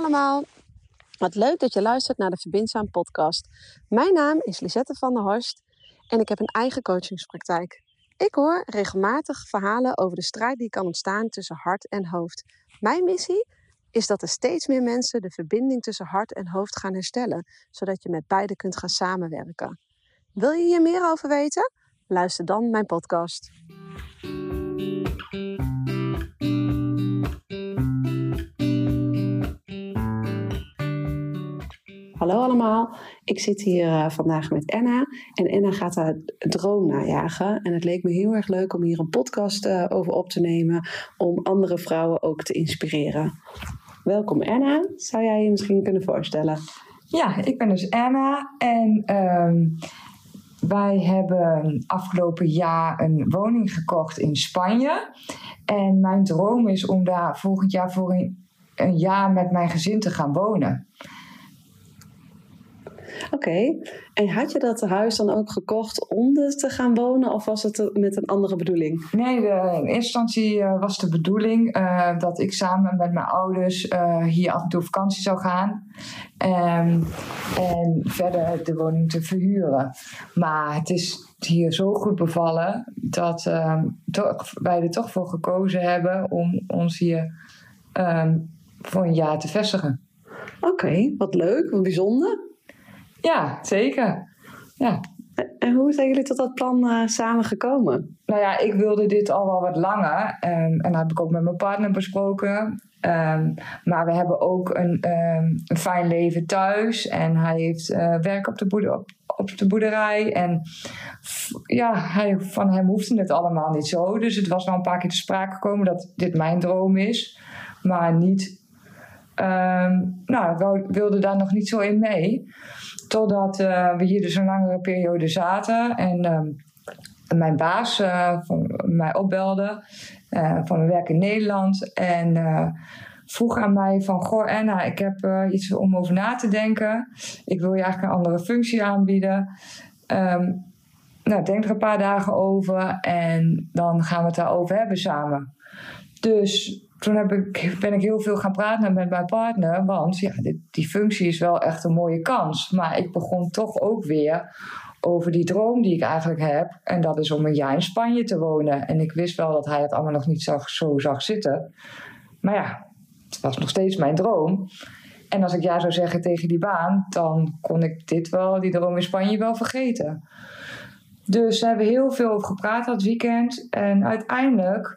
allemaal, wat leuk dat je luistert naar de Verbindzaam podcast. Mijn naam is Lisette van der Horst en ik heb een eigen coachingspraktijk. Ik hoor regelmatig verhalen over de strijd die kan ontstaan tussen hart en hoofd. Mijn missie is dat er steeds meer mensen de verbinding tussen hart en hoofd gaan herstellen, zodat je met beide kunt gaan samenwerken. Wil je hier meer over weten? Luister dan mijn podcast. Hallo allemaal, ik zit hier vandaag met Enna en Enna gaat haar droom najagen. En het leek me heel erg leuk om hier een podcast over op te nemen om andere vrouwen ook te inspireren. Welkom Enna, zou jij je misschien kunnen voorstellen? Ja, ik ben dus Enna en wij hebben afgelopen jaar een woning gekocht in Spanje. En mijn droom is om daar volgend jaar voor een jaar met mijn gezin te gaan wonen. Oké, en had je dat huis dan ook gekocht om er te gaan wonen of was het met een andere bedoeling? Nee, in eerste instantie was de bedoeling dat ik samen met mijn ouders hier af en toe op vakantie zou gaan. En verder de woning te verhuren. Maar het is hier zo goed bevallen dat wij er toch voor gekozen hebben om ons hier voor een jaar te vestigen. Oké, wat leuk, wat bijzonder. Ja, zeker. Ja. En hoe zijn jullie tot dat plan samen gekomen? Nou ja, ik wilde dit al wel wat langer. En dat heb ik ook met mijn partner besproken. Maar we hebben ook een fijn leven thuis. En hij heeft werk op de boerderij. En van hem hoefde het allemaal niet zo. Dus het was wel een paar keer te sprake gekomen dat dit mijn droom is. Maar niet... we wilden daar nog niet zo in mee. Totdat we hier dus een langere periode zaten. En mijn baas mij opbelde van mijn werk in Nederland. En vroeg aan mij van... Goh Enna, ik heb iets om over na te denken. Ik wil je eigenlijk een andere functie aanbieden. Denk er een paar dagen over. En dan gaan we het daarover hebben samen. Dus... Toen ben ik heel veel gaan praten met mijn partner. Want ja, die functie is wel echt een mooie kans. Maar ik begon toch ook weer over die droom die ik eigenlijk heb. En dat is om een jaar in Spanje te wonen. En ik wist wel dat hij het allemaal nog niet zo zag zitten. Maar ja, het was nog steeds mijn droom. En als ik ja zou zeggen tegen die baan, dan kon ik die droom in Spanje wel vergeten. Dus we hebben heel veel over gepraat dat weekend. En uiteindelijk...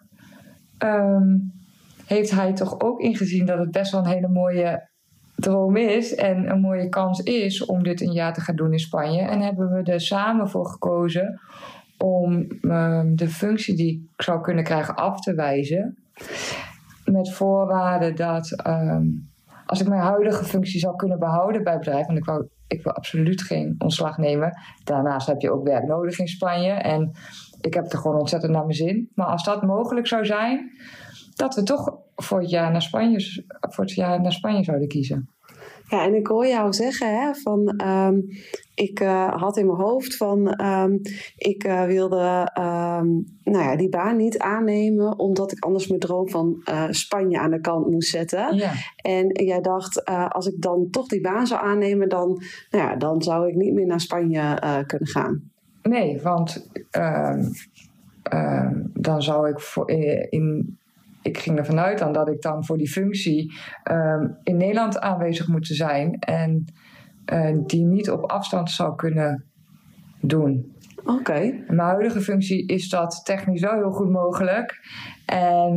heeft hij toch ook ingezien dat het best wel een hele mooie droom is en een mooie kans is om dit een jaar te gaan doen in Spanje. En hebben we er samen voor gekozen om de functie die ik zou kunnen krijgen af te wijzen. Met voorwaarde dat als ik mijn huidige functie zou kunnen behouden bij het bedrijf, want ik wil absoluut geen ontslag nemen. Daarnaast heb je ook werk nodig in Spanje en ik heb het er gewoon ontzettend naar mijn zin. Maar als dat mogelijk zou zijn, dat we toch voor het jaar naar Spanje zouden kiezen. Ja, en ik hoor jou zeggen, ik had in mijn hoofd ik wilde die baan niet aannemen, omdat ik anders mijn droom van Spanje aan de kant moest zetten. Ja. En jij dacht, als ik dan toch die baan zou aannemen, dan zou ik niet meer naar Spanje kunnen gaan. Nee, want dan zou ik ik ging ervan uit dan dat ik dan voor die functie in Nederland aanwezig moet zijn. En die niet op afstand zou kunnen doen. Oké. In mijn huidige functie is dat technisch wel heel goed mogelijk. En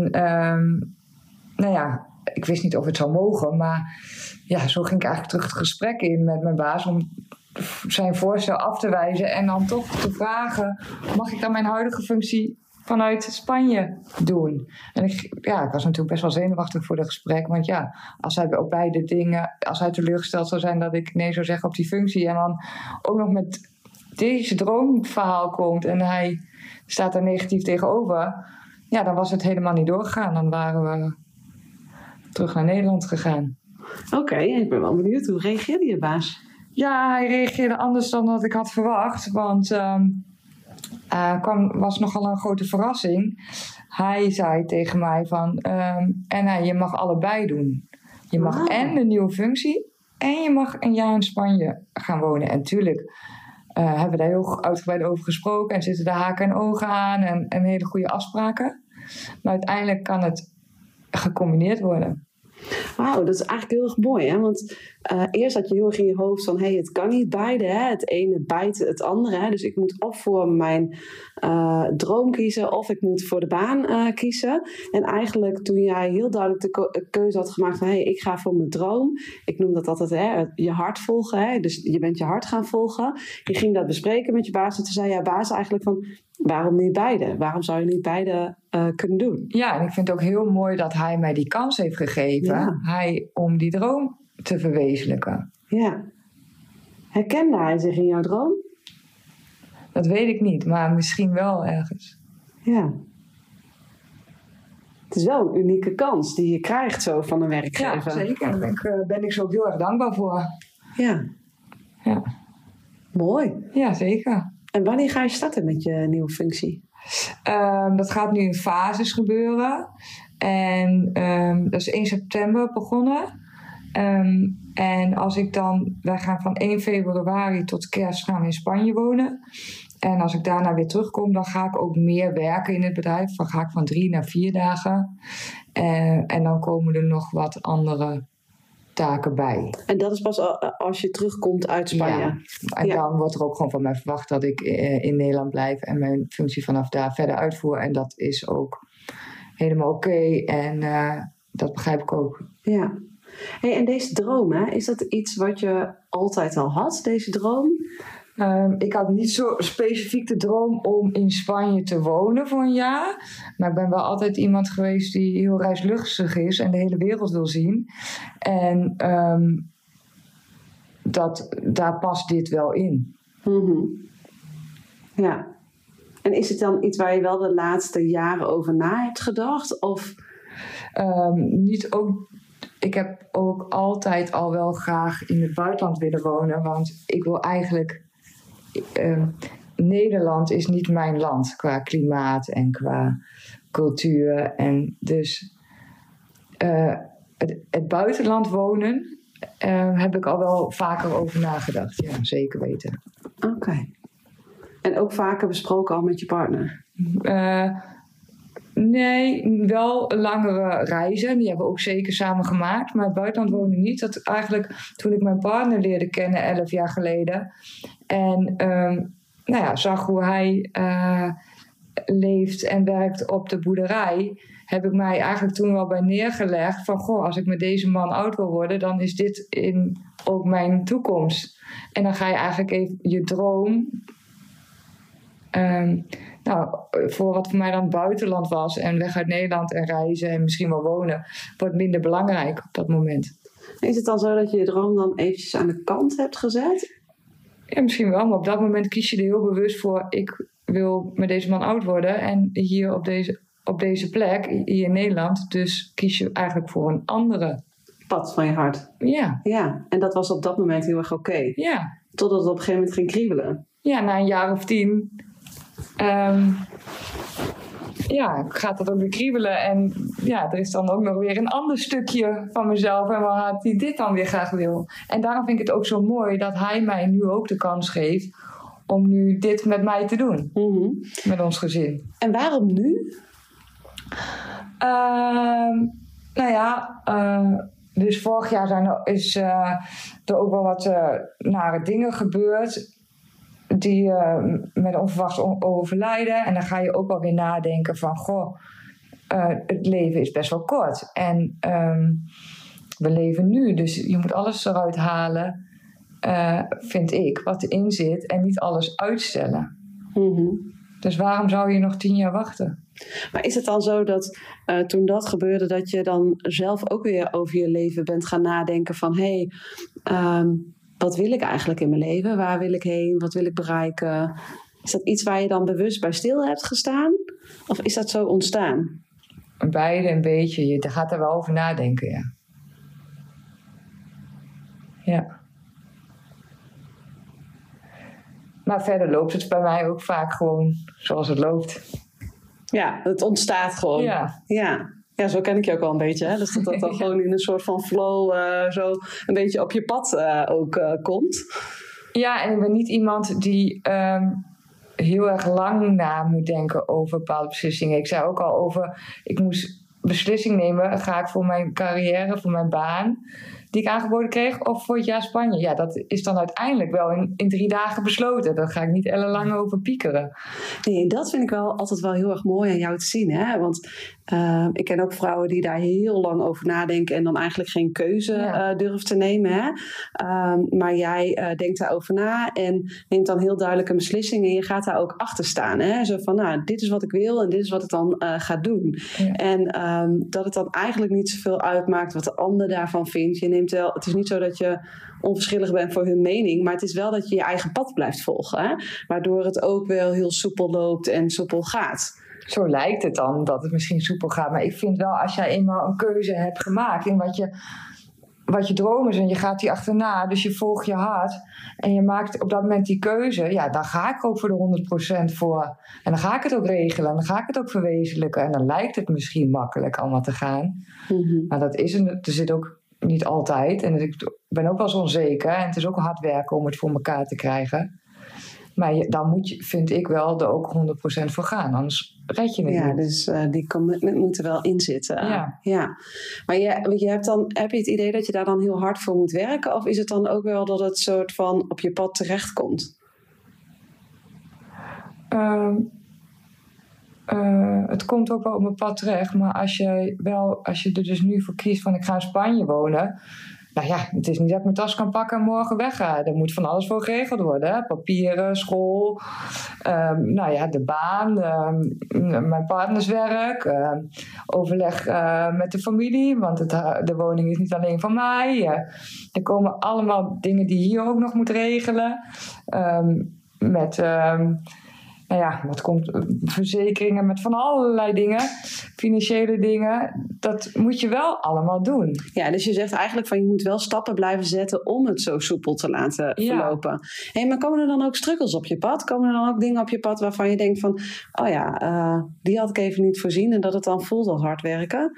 ik wist niet of het zou mogen. Maar ja, zo ging ik eigenlijk terug het gesprek in met mijn baas om zijn voorstel af te wijzen. En dan toch te vragen, mag ik dan mijn huidige functie vanuit Spanje doen? En ik was natuurlijk best wel zenuwachtig voor het gesprek. Want ja, als hij op beide dingen, als hij teleurgesteld zou zijn dat ik nee zou zeggen op die functie. En dan ook nog met deze droomverhaal komt en hij staat er negatief tegenover. Ja, dan was het helemaal niet doorgegaan. Dan waren we terug naar Nederland gegaan. Oké, ik ben wel benieuwd. Hoe reageerde je baas? Ja, hij reageerde anders dan dat ik had verwacht. Want was nogal een grote verrassing. Hij zei tegen mij van... Enna, je mag allebei doen. Je mag en de nieuwe functie en je mag een jaar in Spanje gaan wonen. En natuurlijk hebben we daar heel uitgebreid over gesproken en zitten de haken en ogen aan en hele goede afspraken. Maar uiteindelijk kan het gecombineerd worden. Wauw, dat is eigenlijk heel erg mooi, hè? Want eerst had je heel erg in je hoofd van, het kan niet beide, hè? Het ene bijt het andere, hè? Dus ik moet of voor mijn droom kiezen, of ik moet voor de baan kiezen. En eigenlijk toen jij heel duidelijk de keuze had gemaakt van, ik ga voor mijn droom. Ik noem dat altijd, hè, je hart volgen, hè? Dus je bent je hart gaan volgen. Je ging dat bespreken met je baas en toen zei jouw baas eigenlijk van, waarom niet beide? Waarom zou je niet beide kunnen doen? Ja, en ik vind het ook heel mooi dat hij mij die kans heeft gegeven. Ja. Om die droom te verwezenlijken. Ja. Herkende hij zich in jouw droom? Dat weet ik niet, maar misschien wel ergens. Ja. Het is wel een unieke kans die je krijgt zo van een werkgever. Ja, zeker. Daar ben ik zo ook heel erg dankbaar voor. Ja. Mooi. Ja, zeker. En wanneer ga je starten met je nieuwe functie? Dat gaat nu in fases gebeuren. En dat is 1 september begonnen. En als ik wij gaan van 1 februari tot kerst gaan we in Spanje wonen. En als ik daarna weer terugkom, dan ga ik ook meer werken in het bedrijf. Dan ga ik van 3 naar 4 dagen. En dan komen er nog wat andere taken bij. En dat is pas als je terugkomt uit Spanje? Ja. En dan wordt er ook gewoon van mij verwacht dat ik in Nederland blijf en mijn functie vanaf daar verder uitvoer. En dat is ook helemaal oké. En dat begrijp ik ook. Ja. En deze droom, hè, is dat iets wat je altijd al had, deze droom? Ik had niet zo specifiek de droom om in Spanje te wonen voor een jaar. Maar ik ben wel altijd iemand geweest die heel reislustig is en de hele wereld wil zien. En daar past dit wel in. Mm-hmm. Ja. En is het dan iets waar je wel de laatste jaren over na hebt gedacht? Of? Niet ook. Ik heb ook altijd al wel graag in het buitenland willen wonen. Want ik wil eigenlijk... Nederland is niet mijn land qua klimaat en qua cultuur. En dus het buitenland wonen heb ik al wel vaker over nagedacht. Ja, zeker weten. Oké. En ook vaker besproken al met je partner? Nee, wel langere reizen. Die hebben we ook zeker samen gemaakt. Maar het buitenland wonen niet. Dat eigenlijk toen ik mijn partner leerde kennen 11 jaar geleden. En zag hoe hij leeft en werkt op de boerderij. Heb ik mij eigenlijk toen wel bij neergelegd. Van als ik met deze man oud wil worden. Dan is dit ook mijn toekomst. En dan ga je eigenlijk even je droom... voor wat voor mij dan het buitenland was en weg uit Nederland en reizen en misschien wel wonen, wordt minder belangrijk op dat moment. Is het dan zo dat je je droom dan eventjes aan de kant hebt gezet? Ja, misschien wel, maar op dat moment kies je er heel bewust voor, ik wil met deze man oud worden en hier op deze plek, hier in Nederland, dus kies je eigenlijk voor een andere. Pad van je hart. Ja. Ja, en dat was op dat moment heel erg oké. Ja. Totdat het op een gegeven moment ging kriebelen. Ja, na een jaar of 10... gaat dat ook weer kriebelen. En ja, er is dan ook nog weer een ander stukje van mezelf en waar die dit dan weer graag wil. En daarom vind ik het ook zo mooi dat hij mij nu ook de kans geeft om nu dit met mij te doen. Mm-hmm. Met ons gezin. En waarom nu? Dus vorig jaar is er ook wel wat nare dingen gebeurd. Die met onverwachts overlijden. En dan ga je ook wel weer nadenken van... het leven is best wel kort. En we leven nu. Dus je moet alles eruit halen, vind ik, wat erin zit. En niet alles uitstellen. Mm-hmm. Dus waarom zou je nog 10 jaar wachten? Maar is het dan zo dat toen dat gebeurde... dat je dan zelf ook weer over je leven bent gaan nadenken van... wat wil ik eigenlijk in mijn leven? Waar wil ik heen? Wat wil ik bereiken? Is dat iets waar je dan bewust bij stil hebt gestaan? Of is dat zo ontstaan? Beide een beetje. Je gaat er wel over nadenken, ja. Ja. Maar verder loopt het bij mij ook vaak gewoon zoals het loopt. Ja, het ontstaat gewoon. Ja. Ja. Ja, zo ken ik je ook wel een beetje. Hè? Dus dat dan gewoon in een soort van flow zo een beetje op je pad ook komt. Ja, en ik ben niet iemand die heel erg lang na moet denken over bepaalde beslissingen. Ik zei ook al over, ik moest beslissing nemen. Ga ik voor mijn carrière, voor mijn baan, die ik aangeboden kreeg, of voor het jaar Spanje? Ja, dat is dan uiteindelijk wel in 3 dagen besloten. Daar ga ik niet ellenlang over piekeren. Nee, dat vind ik wel altijd wel heel erg mooi aan jou te zien. Hè? Want ik ken ook vrouwen die daar heel lang over nadenken en dan eigenlijk geen keuze durven te nemen. Hè? Maar jij denkt daarover na en neemt dan heel duidelijk een beslissing en je gaat daar ook achter staan. Hè? Zo van, nou, dit is wat ik wil en dit is wat ik dan ga doen. Ja. En dat het dan eigenlijk niet zoveel uitmaakt wat de ander daarvan vindt. Je neemt wel, het is niet zo dat je onverschillig bent voor hun mening, maar het is wel dat je je eigen pad blijft volgen. Hè? Waardoor het ook wel heel soepel loopt en soepel gaat. Zo lijkt het dan, dat het misschien soepel gaat. Maar ik vind wel, als jij eenmaal een keuze hebt gemaakt in wat je droom is en je gaat die achterna, dus je volgt je hart en je maakt op dat moment die keuze, ja, dan ga ik ook voor de 100% voor. En dan ga ik het ook regelen en dan ga ik het ook verwezenlijken. En dan lijkt het misschien makkelijk allemaal te gaan. Mm-hmm. Maar dat is er zit ook niet altijd. En ik ben ook wel eens onzeker en het is ook hard werken om het voor elkaar te krijgen. Maar dan moet je, vind ik wel, er ook 100% voor gaan. Anders red je het niet. Ja, dus die commitment moet er wel in zitten. Ja. Maar heb je het idee dat je daar dan heel hard voor moet werken? Of is het dan ook wel dat het soort van op je pad terechtkomt? Het komt ook wel op mijn pad terecht. Maar als je er dus nu voor kiest van ik ga in Spanje wonen. Nou ja, het is niet dat ik mijn tas kan pakken en morgen wegga. Er moet van alles voor geregeld worden. Hè? Papieren, school, de baan, mijn partnerswerk, overleg met de familie, want de woning is niet alleen van mij. Er komen allemaal dingen die je hier ook nog moet regelen. Wat komt, verzekeringen met van allerlei dingen, financiële dingen, dat moet je wel allemaal doen. Ja, dus je zegt eigenlijk van je moet wel stappen blijven zetten om het zo soepel te laten verlopen. Hey, maar komen er dan ook struggles op je pad? Komen er dan ook dingen op je pad waarvan je denkt van, die had ik even niet voorzien en dat het dan voelt als hard werken?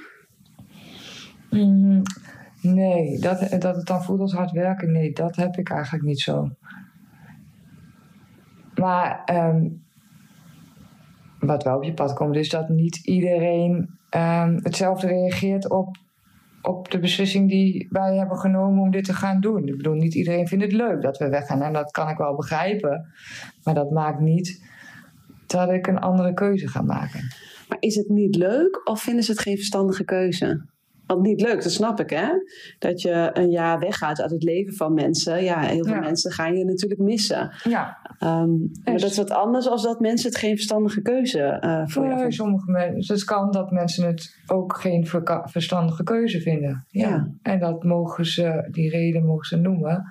Nee, dat het dan voelt als hard werken, nee, dat heb ik eigenlijk niet zo. Maar wat wel op je pad komt, is dat niet iedereen hetzelfde reageert op de beslissing die wij hebben genomen om dit te gaan doen. Ik bedoel, niet iedereen vindt het leuk dat we weggaan. En dat kan ik wel begrijpen. Maar dat maakt niet dat ik een andere keuze ga maken. Maar is het niet leuk of vinden ze het geen verstandige keuze? Want niet leuk, dat snap ik, hè? Dat je een jaar weggaat uit het leven van mensen. Ja, heel veel mensen gaan je natuurlijk missen. Ja. Maar dat is wat anders dan dat mensen het geen verstandige keuze voor je vinden. Sommige mensen, het kan dat mensen het ook geen verstandige keuze vinden. Ja. En dat die reden mogen ze noemen.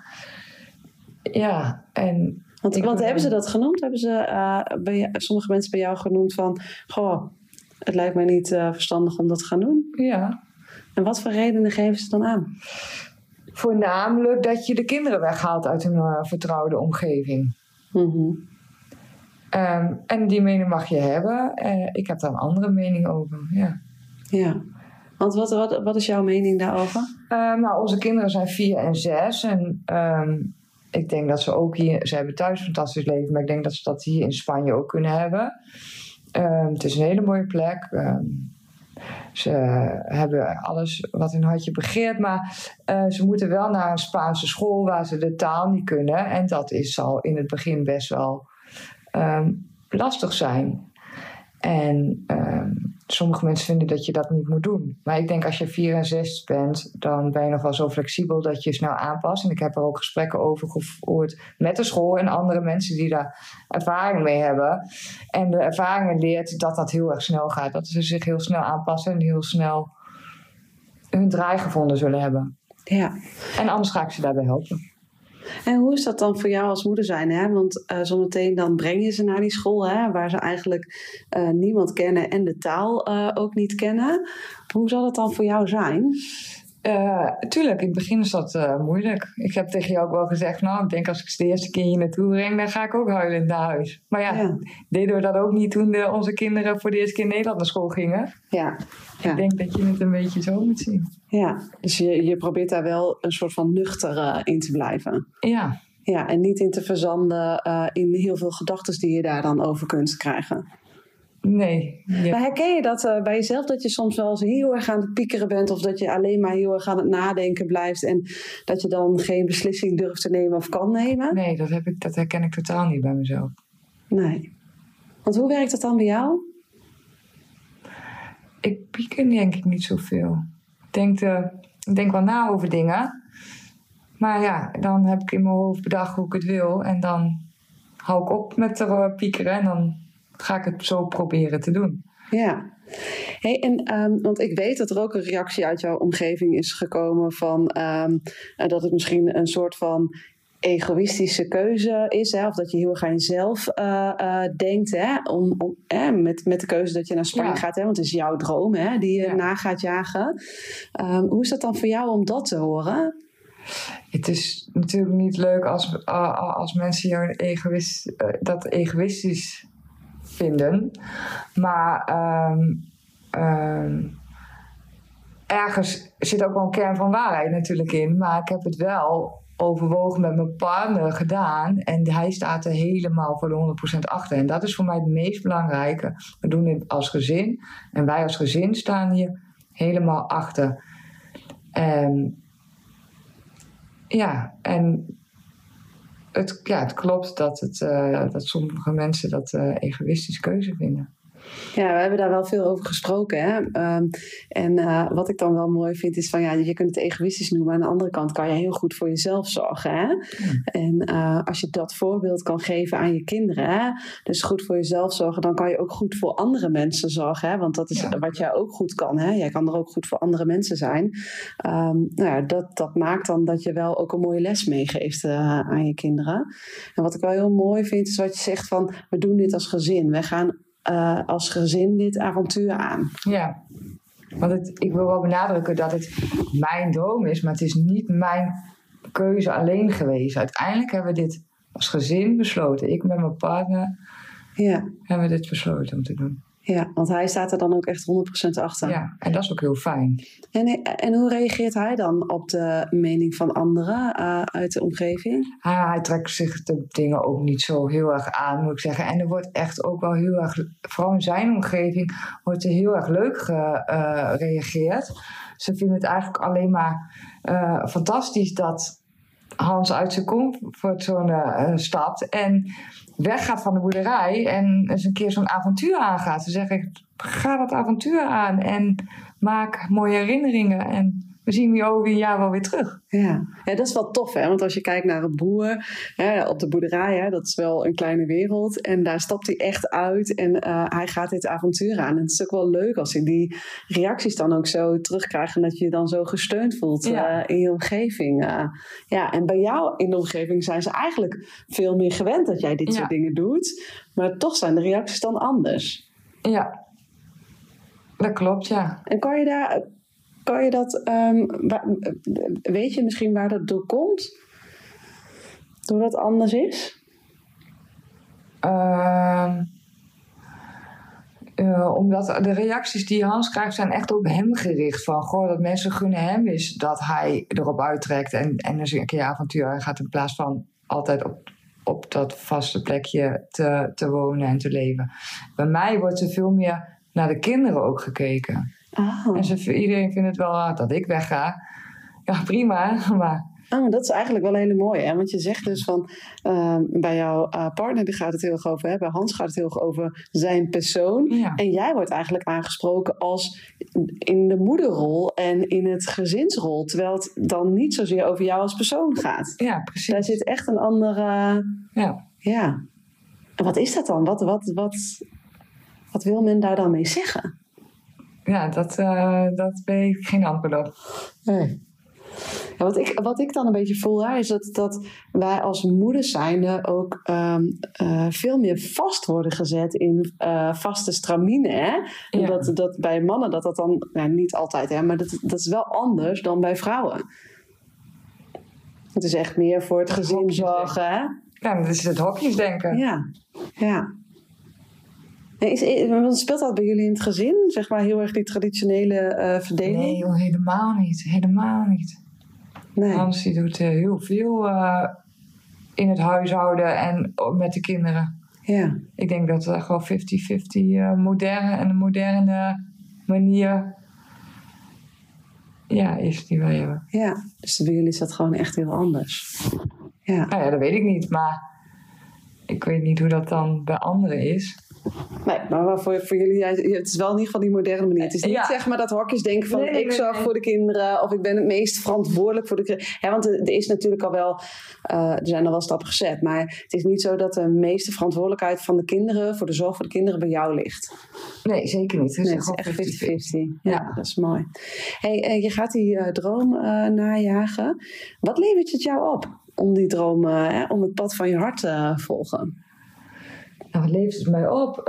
Ja, en... Want hebben ze dat genoemd? Hebben ze sommige mensen bij jou genoemd van... Goh, het lijkt mij niet verstandig om dat te gaan doen? Ja. En wat voor redenen geven ze dan aan? Voornamelijk dat je de kinderen weghaalt uit een vertrouwde omgeving. Mm-hmm. En die mening mag je hebben. Ik heb daar een andere mening over, Ja. Want wat is jouw mening daarover? Onze kinderen zijn 4 en 6. En ik denk dat ze ook hier... Ze hebben thuis een fantastisch leven. Maar ik denk dat ze dat hier in Spanje ook kunnen hebben. Het is een hele mooie plek. Ze hebben alles wat hun hartje begeert, maar ze moeten wel naar een Spaanse school waar ze de taal niet kunnen. En dat zal in het begin best wel lastig zijn. En sommige mensen vinden dat je dat niet moet doen. Maar ik denk als je 4 en 6 bent, dan ben je nog wel zo flexibel dat je snel aanpast. En ik heb er ook gesprekken over gevoerd met de school en andere mensen die daar ervaring mee hebben. En de ervaringen leert dat dat heel erg snel gaat. Dat ze zich heel snel aanpassen en heel snel hun draai gevonden zullen hebben. Ja. En anders ga ik ze daarbij helpen. En hoe is dat dan voor jou als moeder zijn? Hè? Want zometeen dan breng je ze naar die school, hè, waar ze eigenlijk niemand kennen en de taal ook niet kennen. Hoe zal het dan voor jou zijn? Tuurlijk, in het begin is dat moeilijk. Ik heb tegen jou ook wel gezegd, nou, ik denk als ik de eerste keer hier naartoe breng, dan ga ik ook huilend naar huis. Maar ja, deden we dat ook niet toen onze kinderen voor de eerste keer in Nederland naar school gingen. Ja. Ik denk dat je het een beetje zo moet zien. Ja, dus je probeert daar wel een soort van nuchter in te blijven. Ja. Ja, en niet in te verzanden in heel veel gedachten die je daar dan over kunt krijgen. Nee. Ja. Maar herken je dat bij jezelf, dat je soms wel eens heel erg aan het piekeren bent, of dat je alleen maar heel erg aan het nadenken blijft en dat je dan geen beslissing durft te nemen of kan nemen? Nee, dat herken ik totaal niet bij mezelf. Nee. Want hoe werkt dat dan bij jou? Ik pieker denk ik niet zoveel. Ik denk wel na over dingen. Maar ja, dan heb ik in mijn hoofd bedacht hoe ik het wil. En dan hou ik op met piekeren. En dan ga ik het zo proberen te doen. Ja. Hey, want ik weet dat er ook een reactie uit jouw omgeving is gekomen van dat het misschien een soort van egoïstische keuze is, hè? Of dat je heel erg aan jezelf denkt, hè? Met de keuze dat je naar Spanje gaat, hè? Want het is jouw droom, hè? Die je na gaat jagen. Hoe is dat dan voor jou om dat te horen? Het is natuurlijk niet leuk als mensen jou dat egoïstisch vinden. Maar ergens zit ook wel een kern van waarheid natuurlijk in. Maar ik heb het wel overwogen met mijn partner gedaan. En hij staat er helemaal voor de 100% achter. En dat is voor mij het meest belangrijke. We doen het als gezin. En wij als gezin staan hier helemaal achter. En het klopt dat sommige mensen dat egoïstisch keuze vinden. Ja, we hebben daar wel veel over gesproken. Hè? Wat ik dan wel mooi vind is van je kunt het egoïstisch noemen. Aan de andere kant kan je heel goed voor jezelf zorgen. Hè? Ja. En als je dat voorbeeld kan geven aan je kinderen. Hè? Dus goed voor jezelf zorgen. Dan kan je ook goed voor andere mensen zorgen. Hè? Want dat is wat jij ook goed kan. Hè? Jij kan er ook goed voor andere mensen zijn. Dat maakt dan dat je wel ook een mooie les meegeeft aan je kinderen. En wat ik wel heel mooi vind is wat je zegt van we doen dit als gezin. We gaan als gezin dit avontuur aan. Ja, want ik wil wel benadrukken dat het mijn droom is, maar het is niet mijn keuze alleen geweest. Uiteindelijk hebben we dit als gezin besloten. Ik met mijn partner hebben we dit besloten om te doen. Ja, want hij staat er dan ook echt 100% achter. Ja, en dat is ook heel fijn. En hoe reageert hij dan op de mening van anderen uit de omgeving? Hij trekt zich de dingen ook niet zo heel erg aan, moet ik zeggen. En er wordt echt ook wel heel erg, vooral in zijn omgeving, wordt er heel erg leuk gereageerd. Ze vinden het eigenlijk alleen maar fantastisch dat Hans uit zijn comfortzone stapt en weggaat van de boerderij en eens een keer zo'n avontuur aangaat. Ze zeggen, ga dat avontuur aan en maak mooie herinneringen en we zien je over een jaar wel weer terug. Ja, dat is wel tof, hè? Want als je kijkt naar een boer op de boerderij, hè, dat is wel een kleine wereld. En daar stapt hij echt uit en hij gaat dit avontuur aan. En het is ook wel leuk als hij die reacties dan ook zo terugkrijgt en dat je je dan zo gesteund voelt in je omgeving. En bij jou in de omgeving zijn ze eigenlijk veel meer gewend dat jij dit soort dingen doet. Maar toch zijn de reacties dan anders. Ja, dat klopt, ja. En kan je dat, weet je misschien waar dat door komt? Doordat het anders is? Omdat de reacties die Hans krijgt zijn echt op hem gericht. Van, dat mensen gunnen hem is dat hij erop uittrekt en eens een keer avontuur gaat in plaats van altijd op dat vaste plekje te wonen en te leven. Bij mij wordt er veel meer naar de kinderen ook gekeken. Oh. En iedereen vindt het wel dat ik wegga. Ja, prima, maar... dat is eigenlijk wel een hele mooie. Hè? Want je zegt dus van... bij jouw partner die gaat het heel erg over... Hè? Bij Hans gaat het heel erg over zijn persoon. Ja. En jij wordt eigenlijk aangesproken als... in de moederrol en in het gezinsrol. Terwijl het dan niet zozeer over jou als persoon gaat. Ja, precies. Daar zit echt een andere... Ja. En wat is dat dan? Wat wil men daar dan mee zeggen? Ja, dat weet ik geen antwoord op. Nee. Ja, wat ik dan een beetje voel, hè, is dat wij als moeders zijnde ook veel meer vast worden gezet in vaste stramine. Hè? En dat bij mannen dat dan, niet altijd, hè, maar dat is wel anders dan bij vrouwen. Het is echt meer voor het gezin zorgen. Hè? Ja, dat is het hokjesdenken. Ja. Speelt dat bij jullie in het gezin? Zeg maar heel erg die traditionele verdeling? Nee, joh, helemaal niet. Helemaal niet. Nee. Hans die doet heel veel in het huishouden en met de kinderen. Ja. Ik denk dat het echt wel 50-50 moderne manier is die wij hebben. Ja, dus bij jullie is dat gewoon echt heel anders. Ja. Nou ja, dat weet ik niet, maar ik weet niet hoe dat dan bij anderen is. Nee, maar voor jullie, het is wel in ieder geval die moderne manier. Het is niet zeg maar dat hokjes denken van ik zorg voor de kinderen of ik ben het meest verantwoordelijk voor de kinderen. Ja, want er is natuurlijk al wel, er zijn al wel stappen gezet, maar het is niet zo dat de meeste verantwoordelijkheid van de kinderen, voor de zorg voor de kinderen bij jou ligt. Nee, zeker niet. Het is echt 50-50. Ja, dat is mooi. Hey, je gaat die droom najagen. Wat levert het jou op om die droom, om het pad van je hart te volgen? Nou, wat levert het mij op?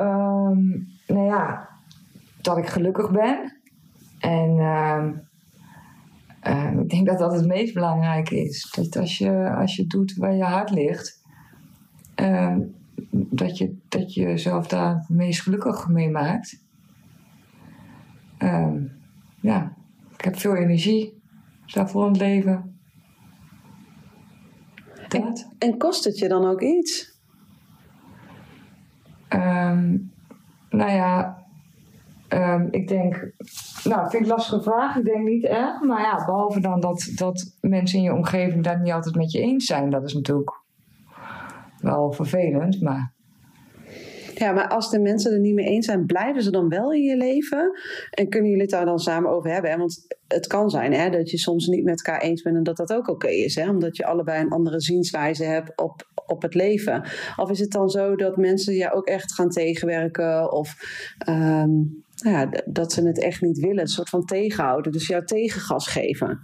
Dat ik gelukkig ben. En ik denk dat dat het meest belangrijke is. Dat als je doet waar je hart ligt, dat je jezelf daar het meest gelukkig mee maakt. Ik heb veel energie daarvoor in het leven. En kost het je dan ook iets? Ik denk, vind ik een lastige vraag. Ik denk niet erg. Maar ja, behalve dan dat mensen in je omgeving daar niet altijd met je eens zijn. Dat is natuurlijk wel vervelend, maar... Ja, maar als de mensen er niet mee eens zijn, blijven ze dan wel in je leven? En kunnen jullie het daar dan samen over hebben? Hè? Want het kan zijn, hè, dat je soms niet met elkaar eens bent en dat dat ook oké is. Hè? Omdat je allebei een andere zienswijze hebt op het leven. Of is het dan zo dat mensen je ook echt gaan tegenwerken? Of dat ze het echt niet willen, een soort van tegenhouden. Dus jou tegengas geven?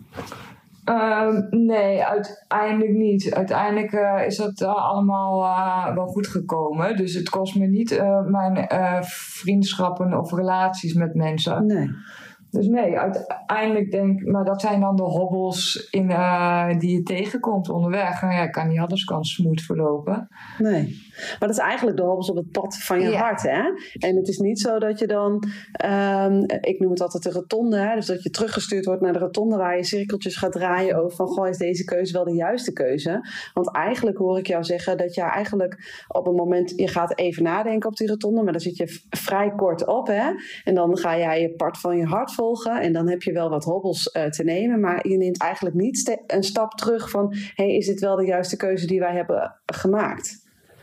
Nee, uiteindelijk niet. Uiteindelijk is dat allemaal wel goed gekomen. Dus het kost me niet mijn vriendschappen of relaties met mensen. Nee. Dus nee, uiteindelijk denk ik... Maar dat zijn dan de hobbels die je tegenkomt onderweg. Nou ja, ik kan niet alles smooth verlopen. Nee. Maar dat is eigenlijk de hobbels op het pad van je hart, hè? En het is niet zo dat je dan... ik noem het altijd de rotonde, hè? Dus dat je teruggestuurd wordt naar de rotonde waar je cirkeltjes gaat draaien over van... Goh, is deze keuze wel de juiste keuze? Want eigenlijk hoor ik jou zeggen dat je eigenlijk op een moment... Je gaat even nadenken op die rotonde, maar dan zit je vrij kort op, hè? En dan ga jij je pad van je hart volgen en dan heb je wel wat hobbels te nemen, maar je neemt eigenlijk niet een stap terug van... is dit wel de juiste keuze die wij hebben gemaakt?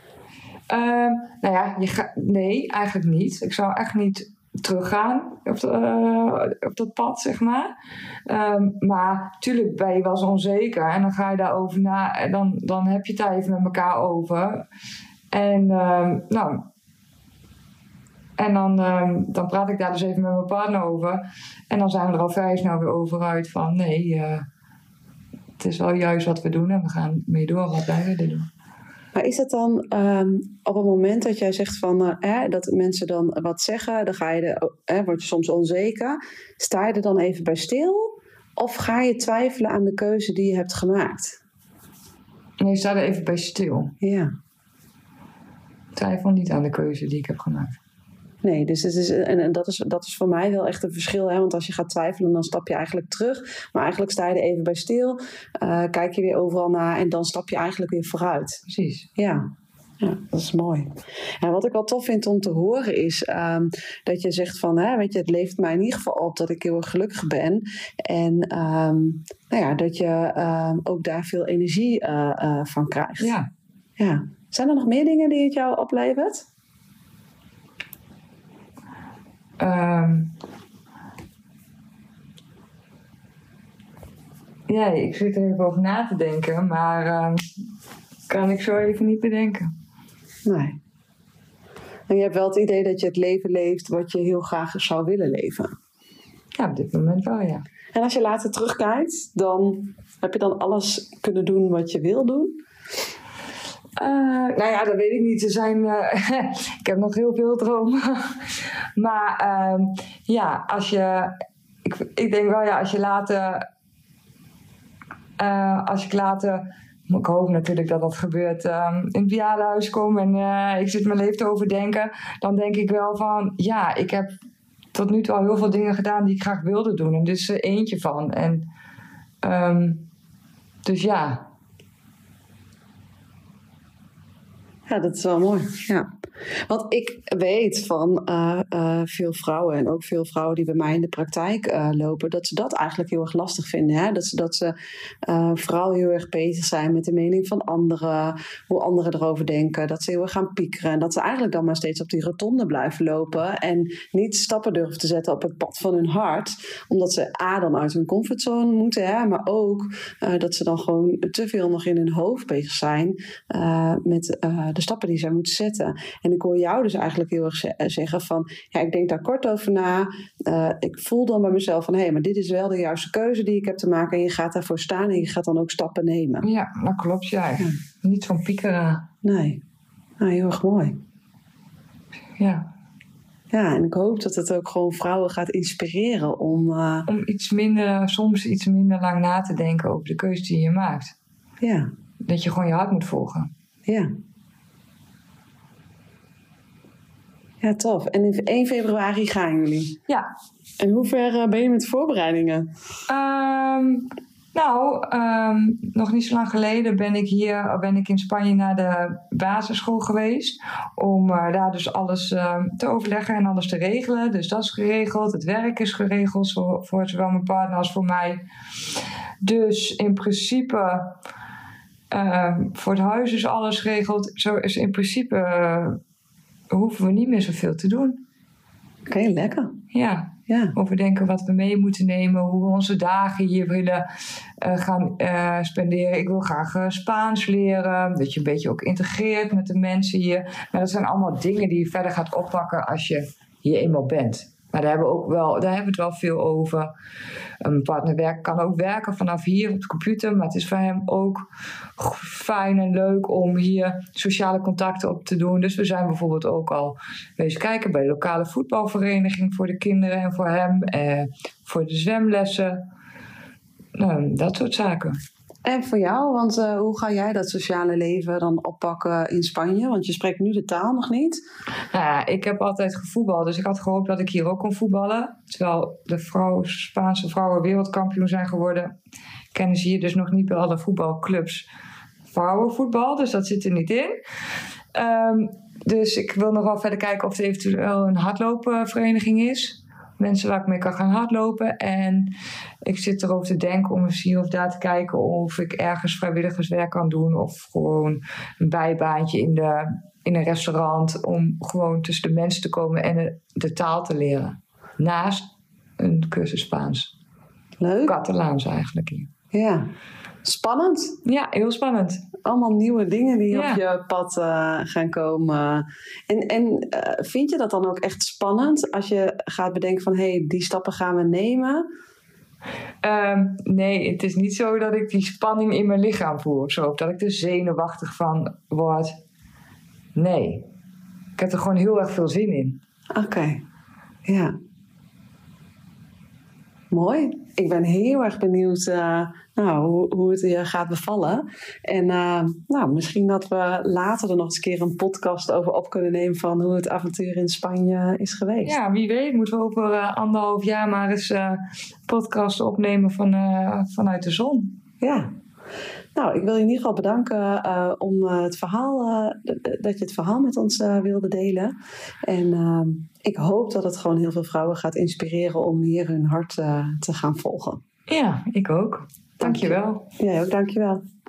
Nee, eigenlijk niet. Ik zou echt niet teruggaan op dat pad, zeg maar. Maar natuurlijk ben je wel eens onzeker en dan ga je daarover na en dan heb je het daar even met elkaar over. En dan praat ik daar dus even met mijn partner over. En dan zijn we er al vrij snel weer over uit van nee, het is wel juist wat we doen en we gaan mee door wat wij willen doen. Maar is het dan op het moment dat jij zegt van dat mensen dan wat zeggen, dan word je soms onzeker. Sta je er dan even bij stil? Of ga je twijfelen aan de keuze die je hebt gemaakt? Nee, je staat er even bij stil. Ja. Ik twijfel niet aan de keuze die ik heb gemaakt. Nee, dus het is, en dat is voor mij wel echt een verschil. Hè? Want als je gaat twijfelen, dan stap je eigenlijk terug. Maar eigenlijk sta je er even bij stil. Kijk je weer overal naar en dan stap je eigenlijk weer vooruit. Precies. Ja, dat is mooi. En wat ik wel tof vind om te horen is dat je zegt van... het levert mij in ieder geval op dat ik heel erg gelukkig ben. En dat je ook daar veel energie van krijgt. Ja. Zijn er nog meer dingen die het jou oplevert? Ik zit er even over na te denken, maar kan ik zo even niet bedenken. Nee. En je hebt wel het idee dat je het leven leeft wat je heel graag zou willen leven. Ja, op dit moment wel, ja. En als je later terugkijkt, dan heb je dan alles kunnen doen wat je wil doen? Nou ja, dat weet ik niet. Er zijn, ik heb nog heel veel dromen. Maar ja, ik denk wel, ja, als ik later, ik hoop natuurlijk dat dat gebeurt, in het bejaardenhuis kom en ik zit mijn leven te overdenken, dan denk ik wel van, ja, ik heb tot nu toe al heel veel dingen gedaan die ik graag wilde doen. En dit is er eentje van. En dus ja. Ja, dat is wel mooi. Ja. Want ik weet van veel vrouwen en ook veel vrouwen die bij mij in de praktijk lopen, dat ze dat eigenlijk heel erg lastig vinden. Hè? Dat ze vooral heel erg bezig zijn met de mening van anderen, hoe anderen erover denken, dat ze heel erg gaan piekeren en dat ze eigenlijk dan maar steeds op die rotonde blijven lopen en niet stappen durven te zetten op het pad van hun hart, omdat ze dan uit hun comfortzone moeten, hè? Maar ook dat ze dan gewoon te veel nog in hun hoofd bezig zijn met de stappen die zij moeten zetten. En ik hoor jou dus eigenlijk heel erg zeggen van, ja, ik denk daar kort over na. Ik voel dan bij mezelf van, maar dit is wel de juiste keuze die ik heb te maken. En je gaat daarvoor staan en je gaat dan ook stappen nemen. Ja, dat klopt, ja. Niet van piekeren. Nee. Nou, heel erg mooi. Ja. Ja, en ik hoop dat het ook gewoon vrouwen gaat inspireren om soms iets minder lang na te denken over de keuze die je maakt. Ja. Dat je gewoon je hart moet volgen. Ja. Ja, tof. En in 1 februari gaan jullie? Ja. En hoe ver ben je met de voorbereidingen? Nog niet zo lang geleden ben ik in Spanje naar de basisschool geweest. Om daar dus alles te overleggen en alles te regelen. Dus dat is geregeld. Het werk is geregeld voor zowel mijn partner als voor mij. Dus in principe, voor het huis is alles geregeld. Zo is in principe... hoeven we niet meer zoveel te doen. Oké, lekker. Ja. Overdenken wat we mee moeten nemen, hoe we onze dagen hier willen gaan spenderen. Ik wil graag Spaans leren, dat je een beetje ook integreert met de mensen hier. Maar dat zijn allemaal dingen die je verder gaat oppakken als je hier eenmaal bent. Maar daar hebben we het wel veel over. Mijn partner kan ook werken vanaf hier op de computer. Maar het is voor hem ook fijn en leuk om hier sociale contacten op te doen. Dus we zijn bijvoorbeeld ook al bezig kijken bij de lokale voetbalvereniging voor de kinderen en voor hem. Voor de zwemlessen. Dat soort zaken. En voor jou, want hoe ga jij dat sociale leven dan oppakken in Spanje? Want je spreekt nu de taal nog niet. Nou ja, ik heb altijd gevoetbald, dus ik had gehoopt dat ik hier ook kon voetballen. Terwijl de Spaanse vrouwen wereldkampioen zijn geworden, kennen ze hier dus nog niet bij alle voetbalclubs vrouwenvoetbal. Dus dat zit er niet in. Dus ik wil nog wel verder kijken of er eventueel een hardloopvereniging is. Mensen waar ik mee kan gaan hardlopen. En ik zit erover te denken om eens hier of daar te kijken of ik ergens vrijwilligerswerk kan doen. Of gewoon een bijbaantje in een restaurant. Om gewoon tussen de mensen te komen en de taal te leren. Naast een cursus Spaans. Leuk. Catalaans eigenlijk hier. Ja. Spannend. Ja, heel spannend. Allemaal nieuwe dingen die op je pad gaan komen. En vind je dat dan ook echt spannend als je gaat bedenken van die stappen gaan we nemen? Nee, het is niet zo dat ik die spanning in mijn lichaam voel of zo. Of dat ik er zenuwachtig van word. Nee. Ik heb er gewoon heel erg veel zin in. Oké. Ja. Mooi. Ik ben heel erg benieuwd hoe het je gaat bevallen. En misschien dat we later er nog eens een keer een podcast over op kunnen nemen van hoe het avontuur in Spanje is geweest. Ja, wie weet moeten we over 1,5 jaar maar eens podcast opnemen vanuit de zon. Ja. Nou, ik wil je in ieder geval bedanken om het verhaal, dat je het verhaal met ons wilde delen. En ik hoop dat het gewoon heel veel vrouwen gaat inspireren om hier hun hart te gaan volgen. Ja, ik ook. Dankjewel. Jij ook, dankjewel.